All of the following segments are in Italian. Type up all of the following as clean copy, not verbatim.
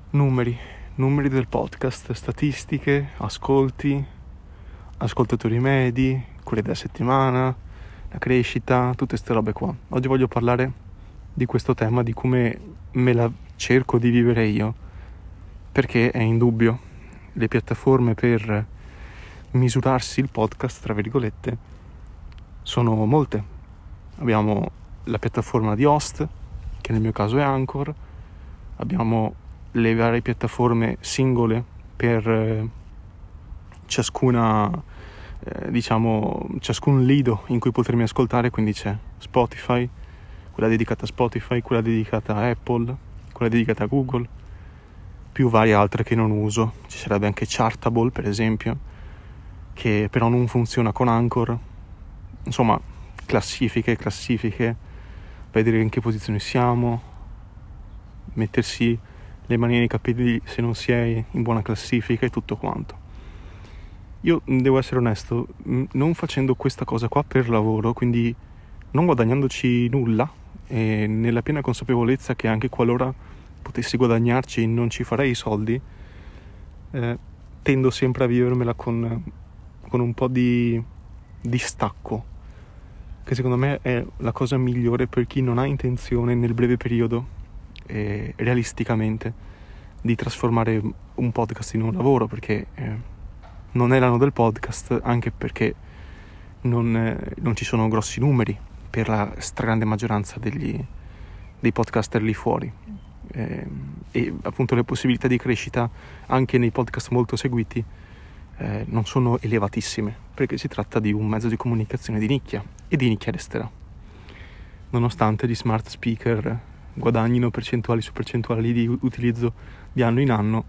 numeri del podcast, statistiche, ascoltatori medi, quelli della settimana, la crescita, tutte queste robe qua. Oggi voglio parlare di questo tema, di come me la cerco di vivere io, perché è indubbio, le piattaforme per misurarsi il podcast, tra virgolette, sono molte. Abbiamo la piattaforma di host, che nel mio caso è Anchor, abbiamo le varie piattaforme singole per ciascuna, ciascun lido in cui potermi ascoltare, quindi c'è Spotify, quella dedicata a Spotify, quella dedicata a Apple, quella dedicata a Google, più varie altre che non uso. Ci sarebbe anche Chartable, per esempio, che però non funziona con Anchor. Insomma, classifiche, vedere in che posizione siamo, mettersi le mani nei capelli se non si è in buona classifica e tutto quanto. Io devo essere onesto, non facendo questa cosa qua per lavoro, quindi non guadagnandoci nulla, e nella piena consapevolezza che anche qualora potessi guadagnarci non ci farei i soldi, tendo sempre a vivermela con un po' di distacco, che secondo me è la cosa migliore per chi non ha intenzione nel breve periodo, realisticamente, di trasformare un podcast in un lavoro, perché non è l'anno del podcast, anche perché non ci sono grossi numeri per la stragrande maggioranza dei podcaster lì fuori, e appunto le possibilità di crescita anche nei podcast molto seguiti non sono elevatissime, perché si tratta di un mezzo di comunicazione di nicchia e di nicchia estera, nonostante gli smart speaker guadagnino percentuali su percentuali di utilizzo di anno in anno.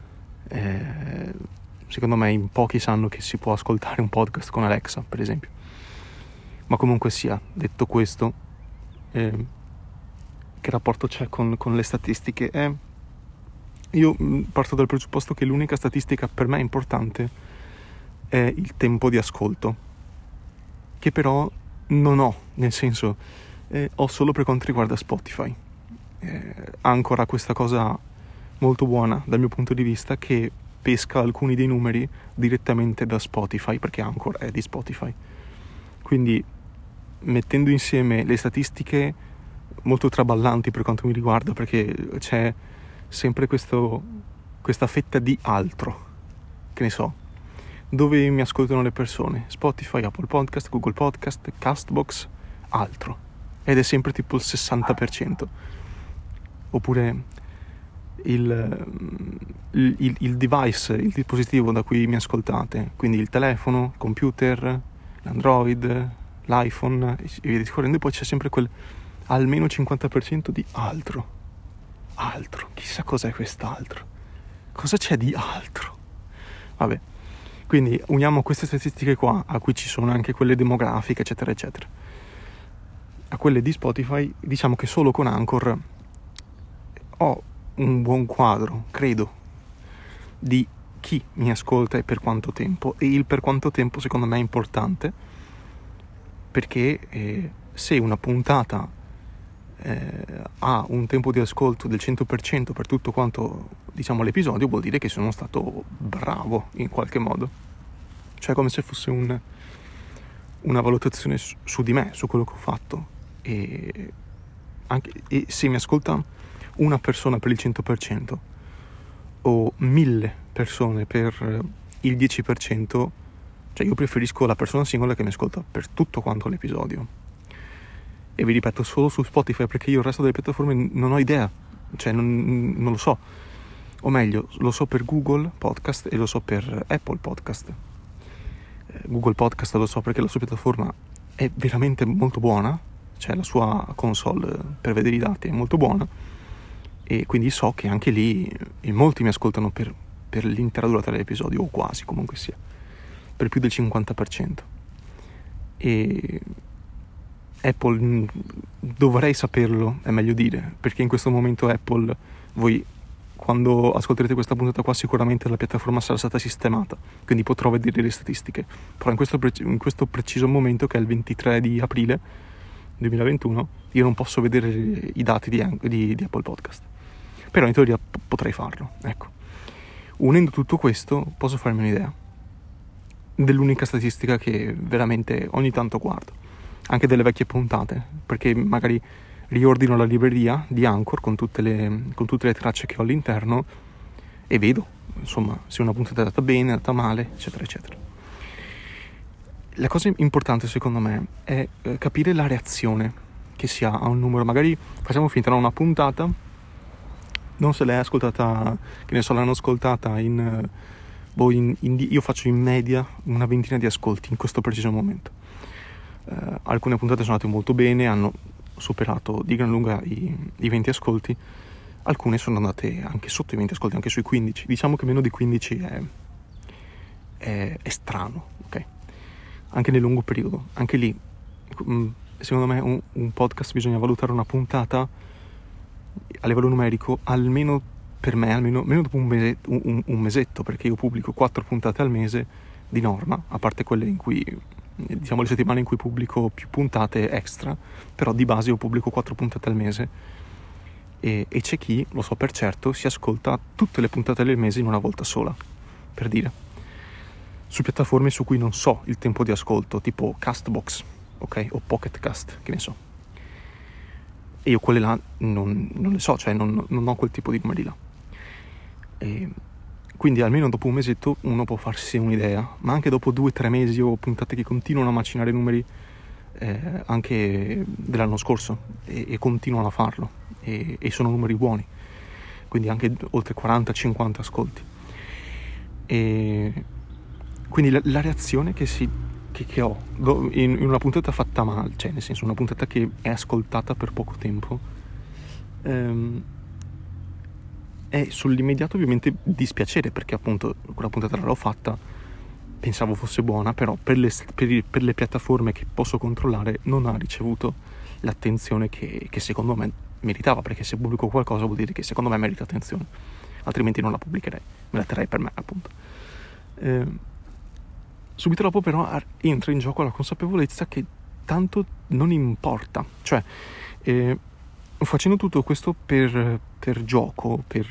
Secondo me in pochi sanno che si può ascoltare un podcast con Alexa, per esempio. Ma comunque sia, detto questo, che rapporto c'è con le statistiche? Io parto dal presupposto che l'unica statistica per me importante è il tempo di ascolto, che però non ho, nel senso, ho solo per quanto riguarda Spotify. Ancora questa cosa molto buona dal mio punto di vista, che pesca alcuni dei numeri direttamente da Spotify, perché Anchor è di Spotify. Quindi mettendo insieme le statistiche molto traballanti per quanto mi riguarda, perché c'è sempre questa fetta di altro, che ne so, dove mi ascoltano le persone: Spotify, Apple Podcast, Google Podcast, Castbox, altro, ed è sempre tipo il 60%. Oppure il device, il dispositivo da cui mi ascoltate, quindi il telefono, il computer, l'Android, l'iPhone e via discorrendo. Poi c'è sempre quel almeno 50% di altro, chissà cos'è quest'altro, cosa c'è di altro. Vabbè, quindi uniamo queste statistiche qua, a cui ci sono anche quelle demografiche eccetera eccetera, a quelle di Spotify. Diciamo che solo con Anchor ho un buon quadro, credo, di chi mi ascolta e per quanto tempo. E il per quanto tempo secondo me è importante, perché se una puntata ha un tempo di ascolto del 100% per tutto quanto, diciamo, l'episodio, vuol dire che sono stato bravo in qualche modo, cioè come se fosse una valutazione su di me, su quello che ho fatto. E se mi ascolta una persona per il 100% o 1000 persone per il 10%, cioè io preferisco la persona singola che mi ascolta per tutto quanto l'episodio. E vi ripeto, solo su Spotify, perché io il resto delle piattaforme non ho idea, cioè non lo so, o meglio, lo so per Google Podcast e lo so per Apple Podcast. Google Podcast lo so perché la sua piattaforma è veramente molto buona, cioè la sua console per vedere i dati è molto buona, e quindi so che anche lì in molti mi ascoltano per l'intera durata dell'episodio, o quasi, comunque sia, per più del 50%. E Apple dovrei saperlo, è meglio dire, perché in questo momento Apple, voi quando ascolterete questa puntata qua sicuramente la piattaforma sarà stata sistemata, quindi potrò vedere le statistiche, però in questo preciso momento, che è il 23 di aprile 2021, io non posso vedere i dati di Apple Podcast, però in teoria potrei farlo, ecco. Unendo tutto questo posso farmi un'idea dell'unica statistica che veramente ogni tanto guardo, anche delle vecchie puntate, perché magari riordino la libreria di Anchor con tutte le tracce che ho all'interno e vedo, insomma, se una puntata è andata bene, è andata male, eccetera, eccetera. La cosa importante secondo me è capire la reazione che si ha a un numero. Magari facciamo finta, no, una puntata, non se l'hai ascoltata, che ne so, l'hanno ascoltata io faccio in media una ventina di ascolti in questo preciso momento. Alcune puntate sono andate molto bene, hanno superato di gran lunga i 20 ascolti, alcune sono andate anche sotto i 20 ascolti, anche sui 15. Diciamo che meno di 15 è strano, ok? Anche nel lungo periodo, anche lì secondo me un podcast bisogna valutare una puntata a livello numerico almeno per me, almeno dopo un mesetto, perché io pubblico 4 puntate al mese di norma, a parte quelle in cui, diciamo, le settimane in cui pubblico più puntate extra, però di base io pubblico 4 puntate al mese e c'è chi, lo so per certo, si ascolta tutte le puntate del mese in una volta sola, per dire, su piattaforme su cui non so il tempo di ascolto, tipo Castbox, ok, o Pocket Cast, che ne so, e io quelle là non le so, cioè non ho quel tipo di numeri là. E quindi almeno dopo un mesetto uno può farsi un'idea, ma anche dopo 2-3 mesi o puntate che continuano a macinare numeri anche dell'anno scorso e continuano a farlo e sono numeri buoni, quindi anche oltre 40-50 ascolti. E quindi la reazione che ho in una puntata fatta male, cioè nel senso una puntata che è ascoltata per poco tempo, è sull'immediato ovviamente dispiacere, perché appunto quella puntata l'ho fatta, pensavo fosse buona, però per le piattaforme che posso controllare non ha ricevuto l'attenzione che secondo me meritava, perché se pubblico qualcosa vuol dire che secondo me merita attenzione, altrimenti non la pubblicherei, me la terrei per me, appunto. Subito dopo però entra in gioco la consapevolezza che tanto non importa, cioè facendo tutto questo per gioco, per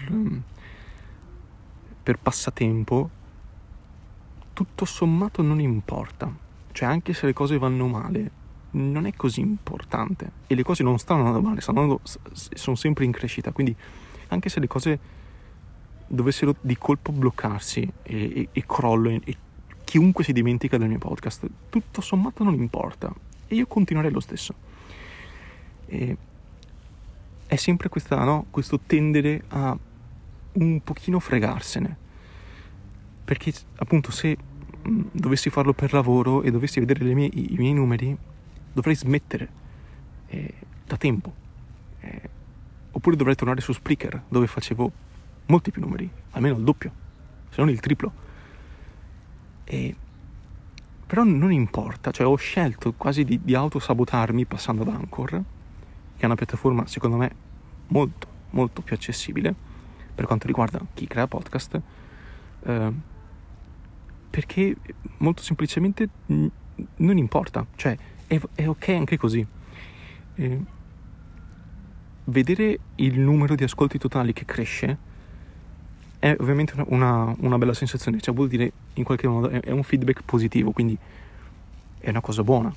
passatempo, tutto sommato non importa, cioè anche se le cose vanno male non è così importante e le cose non stanno andando male, sono sempre in crescita, quindi anche se le cose dovessero di colpo bloccarsi e crollo e chiunque si dimentica del mio podcast, tutto sommato non importa e io continuerei lo stesso. E è sempre questo tendere a un pochino fregarsene, perché appunto se dovessi farlo per lavoro e dovessi vedere i miei numeri, dovrei smettere da tempo, oppure dovrei tornare su Spreaker, dove facevo molti più numeri, almeno il doppio, se non il triplo. Però non importa, cioè ho scelto quasi di autosabotarmi passando ad Anchor, che è una piattaforma secondo me molto molto più accessibile per quanto riguarda chi crea podcast, perché molto semplicemente non importa, cioè è ok anche così. Vedere il numero di ascolti totali che cresce è ovviamente una bella sensazione, cioè vuol dire in qualche modo è un feedback positivo, quindi è una cosa buona,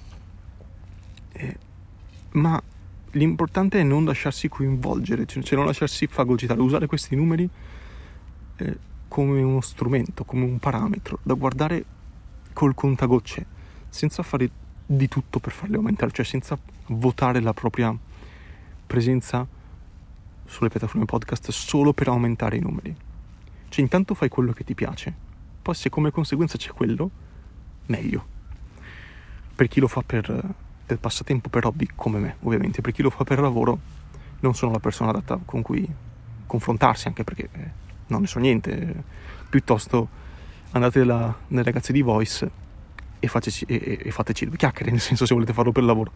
ma l'importante è non lasciarsi coinvolgere, cioè non lasciarsi fagocitare, usare questi numeri come uno strumento, come un parametro da guardare col contagocce, senza fare di tutto per farli aumentare, cioè senza votare la propria presenza sulle piattaforme podcast solo per aumentare i numeri. Cioè intanto fai quello che ti piace, poi se come conseguenza c'è quello, meglio. Per chi lo fa per passatempo, per hobby, come me ovviamente, per chi lo fa per lavoro non sono la persona adatta con cui confrontarsi, anche perché non ne so niente. Piuttosto andate nelle ragazze di Voice e fateci due chiacchiere, nel senso, se volete farlo per lavoro.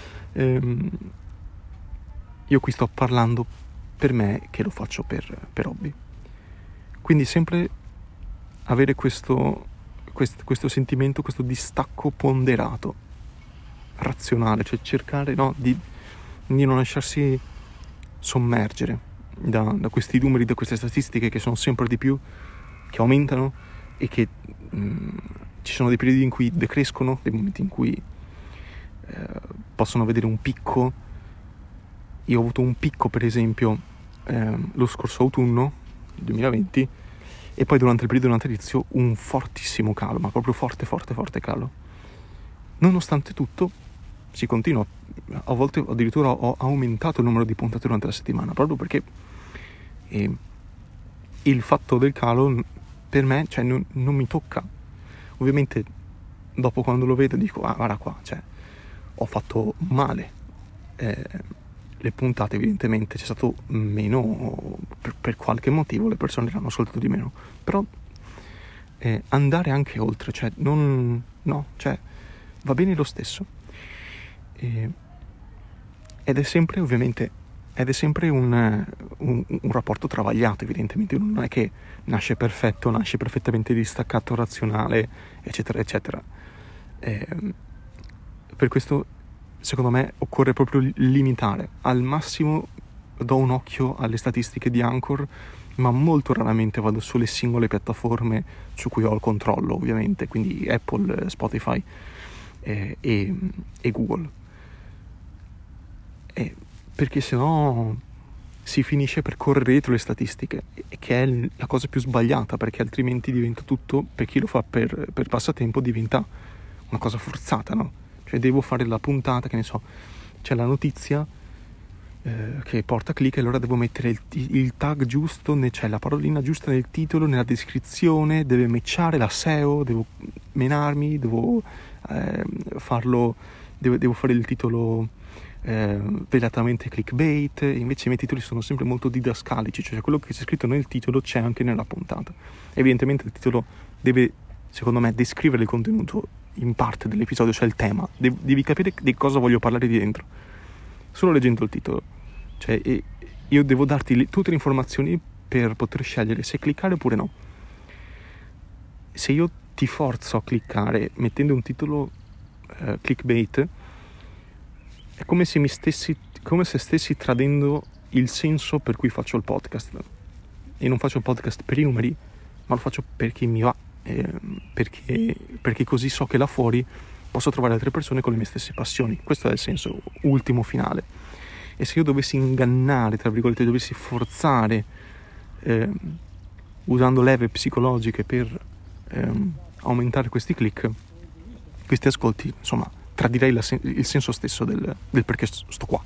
Io qui sto parlando per me, che lo faccio per hobby. Quindi sempre avere questo sentimento, questo distacco ponderato, razionale, cioè cercare di non lasciarsi sommergere da questi numeri, da queste statistiche che sono sempre di più, che aumentano e che ci sono dei periodi in cui decrescono, dei momenti in cui possono vedere un picco. Io ho avuto un picco, per esempio, lo scorso autunno 2020, e poi durante il periodo natalizio un fortissimo calo, ma proprio forte calo. Nonostante tutto si continua, a volte addirittura ho aumentato il numero di puntate durante la settimana, proprio perché il fatto del calo per me, cioè, non mi tocca. Ovviamente dopo, quando lo vedo, dico guarda qua, cioè, ho fatto male. Le puntate, evidentemente c'è stato meno, per qualche motivo le persone l'hanno ascoltato di meno, però andare anche oltre, cioè cioè va bene lo stesso. Ed è sempre, ovviamente, un rapporto travagliato, evidentemente. Non è che nasce perfetto, nasce perfettamente distaccato, razionale, eccetera eccetera. Per questo, secondo me, occorre proprio limitare. Al massimo do un occhio alle statistiche di Anchor, ma molto raramente vado sulle singole piattaforme su cui ho il controllo, ovviamente, quindi Apple, Spotify e Google. Perché sennò si finisce per correre dietro le statistiche, che è la cosa più sbagliata, perché altrimenti diventa tutto, per chi lo fa per passatempo, diventa una cosa forzata, no? Cioè devo fare la puntata, che ne so, c'è la notizia che porta click, e allora devo mettere il tag giusto, c'è la parolina giusta nel titolo, nella descrizione, deve matchare la SEO, devo menarmi, devo farlo, devo fare il titolo velatamente clickbait. Invece i miei titoli sono sempre molto didascalici, cioè quello che c'è scritto nel titolo c'è anche nella puntata. Evidentemente il titolo deve, secondo me, descrivere il contenuto in parte dell'episodio, cioè il tema. Devi capire di cosa voglio parlare di dentro solo leggendo il titolo, cioè io devo darti tutte le informazioni per poter scegliere se cliccare oppure no. Se io ti forzo a cliccare mettendo un titolo clickbait, è come se stessi tradendo il senso per cui faccio il podcast. E non faccio il podcast per i numeri, ma lo faccio perché mi va, perché così so che là fuori posso trovare altre persone con le mie stesse passioni. Questo è il senso ultimo, finale. E se io dovessi ingannare, tra virgolette, dovessi forzare usando leve psicologiche per aumentare questi click, questi ascolti, insomma, tradirei il senso stesso del perché sto qua.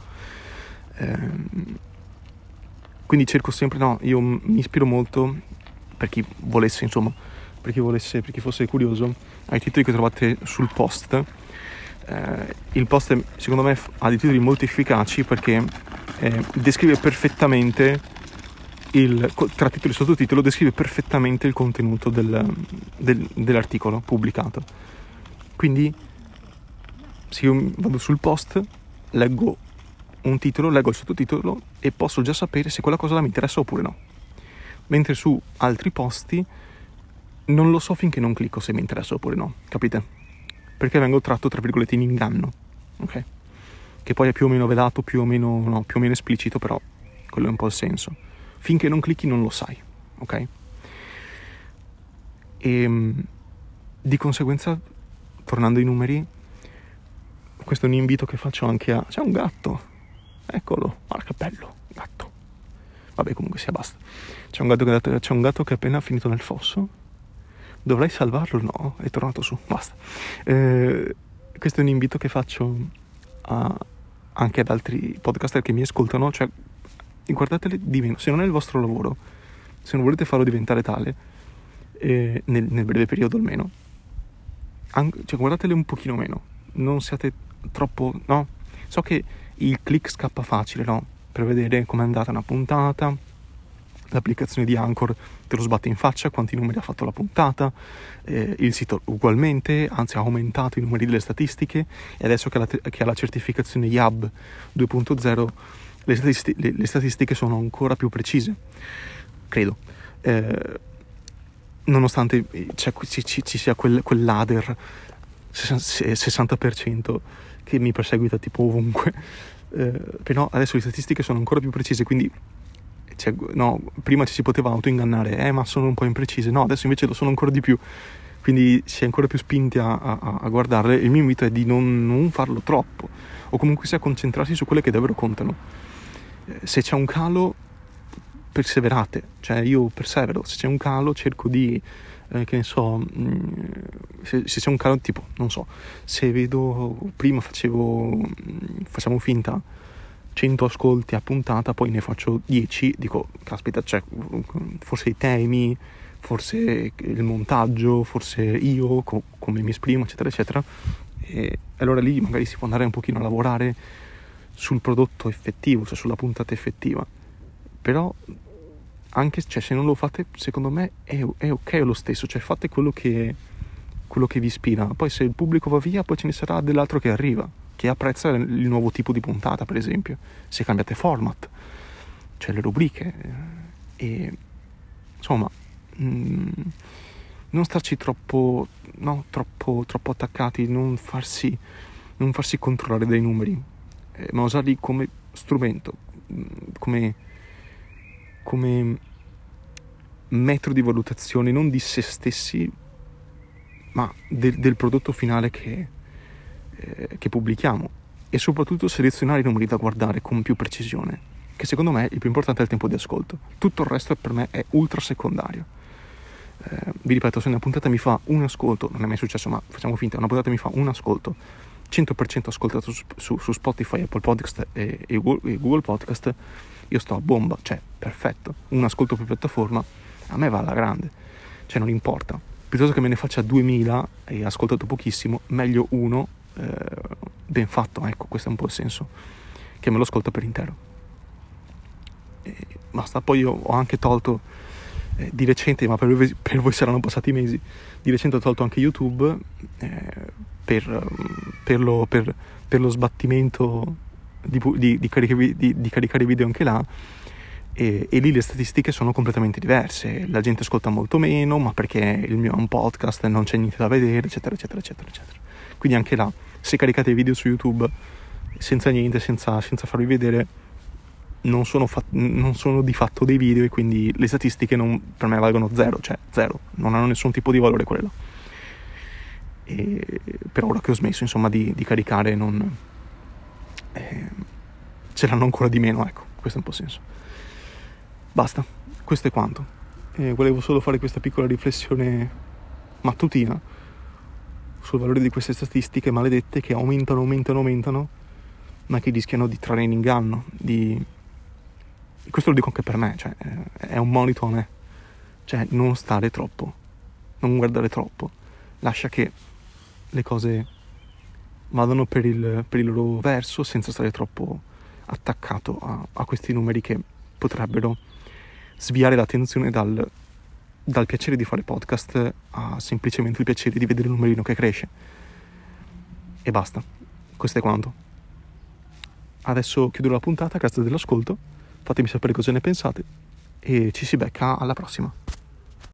Quindi cerco sempre, io mi ispiro molto, per chi volesse, insomma, per chi fosse curioso, ai titoli che trovate sul post. Il post, secondo me, ha dei titoli molto efficaci perché descrive perfettamente tra titolo e sottotitolo, descrive perfettamente il contenuto dell'articolo pubblicato. Quindi se io vado sul post, leggo un titolo, leggo il sottotitolo e posso già sapere se quella cosa mi interessa oppure no. Mentre su altri posti non lo so finché non clicco se mi interessa oppure no, capite? Perché vengo tratto, tra virgolette, in inganno, ok? Che poi è più o meno velato, più o meno esplicito, però quello è un po' il senso. Finché non clicchi non lo sai, ok? E di conseguenza, tornando ai numeri, questo è un invito che faccio anche c'è un gatto, eccolo, che bello, gatto. Vabbè, comunque sia, basta. C'è un gatto che è appena finito nel fosso. Dovrei salvarlo? No, è tornato su, basta. Questo è un invito che faccio anche ad altri podcaster che mi ascoltano, cioè guardatele di meno. Se non è il vostro lavoro, se non volete farlo diventare tale, nel breve periodo almeno, cioè guardatele un pochino meno, non siate troppo, no? So che il click scappa facile, no? Per vedere com'è andata una puntata, l'applicazione di Anchor te lo sbatte in faccia quanti numeri ha fatto la puntata, il sito ugualmente, anzi ha aumentato i numeri delle statistiche, e adesso che ha la certificazione YAB 2.0 le statistiche sono ancora più precise, credo, nonostante ci sia quel ladder 60% che mi perseguita tipo ovunque, però adesso le statistiche sono ancora più precise, quindi cioè, no, prima ci si poteva autoingannare, ma sono un po' imprecise, no, adesso invece lo sono ancora di più, quindi si è ancora più spinti a guardarle. Il mio invito è di non farlo troppo, o comunque sia concentrarsi su quelle che davvero contano. Se c'è un calo, perseverate, cioè io persevero, se c'è un calo cerco di che ne so, se c'è un calo, tipo, non so, se vedo, prima facciamo finta 100 ascolti a puntata, poi ne faccio 10, dico, caspita, c'è forse i temi, forse il montaggio, forse io, come mi esprimo, eccetera, eccetera, e allora lì magari si può andare un pochino a lavorare sul prodotto effettivo, cioè sulla puntata effettiva. Però anche, cioè, se non lo fate, secondo me è ok lo stesso, cioè fate quello che vi ispira. Poi se il pubblico va via, poi ce ne sarà dell'altro che arriva, che apprezza il nuovo tipo di puntata, per esempio, se cambiate format, cioè le rubriche, e insomma non starci troppo attaccati, non farsi controllare dai numeri, ma usarli come strumento, come metro di valutazione, non di se stessi, ma del prodotto finale che pubblichiamo, e soprattutto selezionare i numeri da guardare con più precisione, che secondo me il più importante è il tempo di ascolto. Tutto il resto per me è ultra secondario. Vi ripeto, se una puntata mi fa un ascolto, non è mai successo, ma facciamo finta, una puntata mi fa un ascolto 100% ascoltato su Spotify, Apple Podcast e Google Podcast, io sto a bomba, cioè perfetto. Un ascolto per piattaforma a me va alla grande, cioè non importa, piuttosto che me ne faccia 2000 e ascoltato pochissimo, meglio uno ben fatto, ecco, questo è un po' il senso, che me lo ascolta per intero. E basta. Poi io ho anche tolto di recente, ma per voi saranno passati mesi, di recente ho tolto anche YouTube per lo sbattimento di caricare video anche là, e lì le statistiche sono completamente diverse, la gente ascolta molto meno, ma perché il mio è un podcast e non c'è niente da vedere, eccetera eccetera eccetera eccetera. Quindi anche là, se caricate video su YouTube senza niente, senza farvi vedere, non sono di fatto dei video, e quindi le statistiche per me valgono zero, cioè zero, non hanno nessun tipo di valore quello. E per ora che ho smesso, insomma, di caricare, ce l'hanno ancora di meno, ecco, questo è un po' senso. Basta, questo è quanto. Volevo solo fare questa piccola riflessione mattutina sul valore di queste statistiche maledette che aumentano, ma che rischiano di trarre in inganno. Questo lo dico anche per me, cioè è un monito a me, cioè non stare troppo, non guardare troppo, lascia che le cose vadano per il loro verso, senza stare troppo attaccato a questi numeri che potrebbero sviare l'attenzione dal piacere di fare podcast a semplicemente il piacere di vedere il numerino che cresce. E basta, questo è quanto. Adesso chiudo la puntata, grazie dell'ascolto, fatemi sapere cosa ne pensate e ci si becca alla prossima.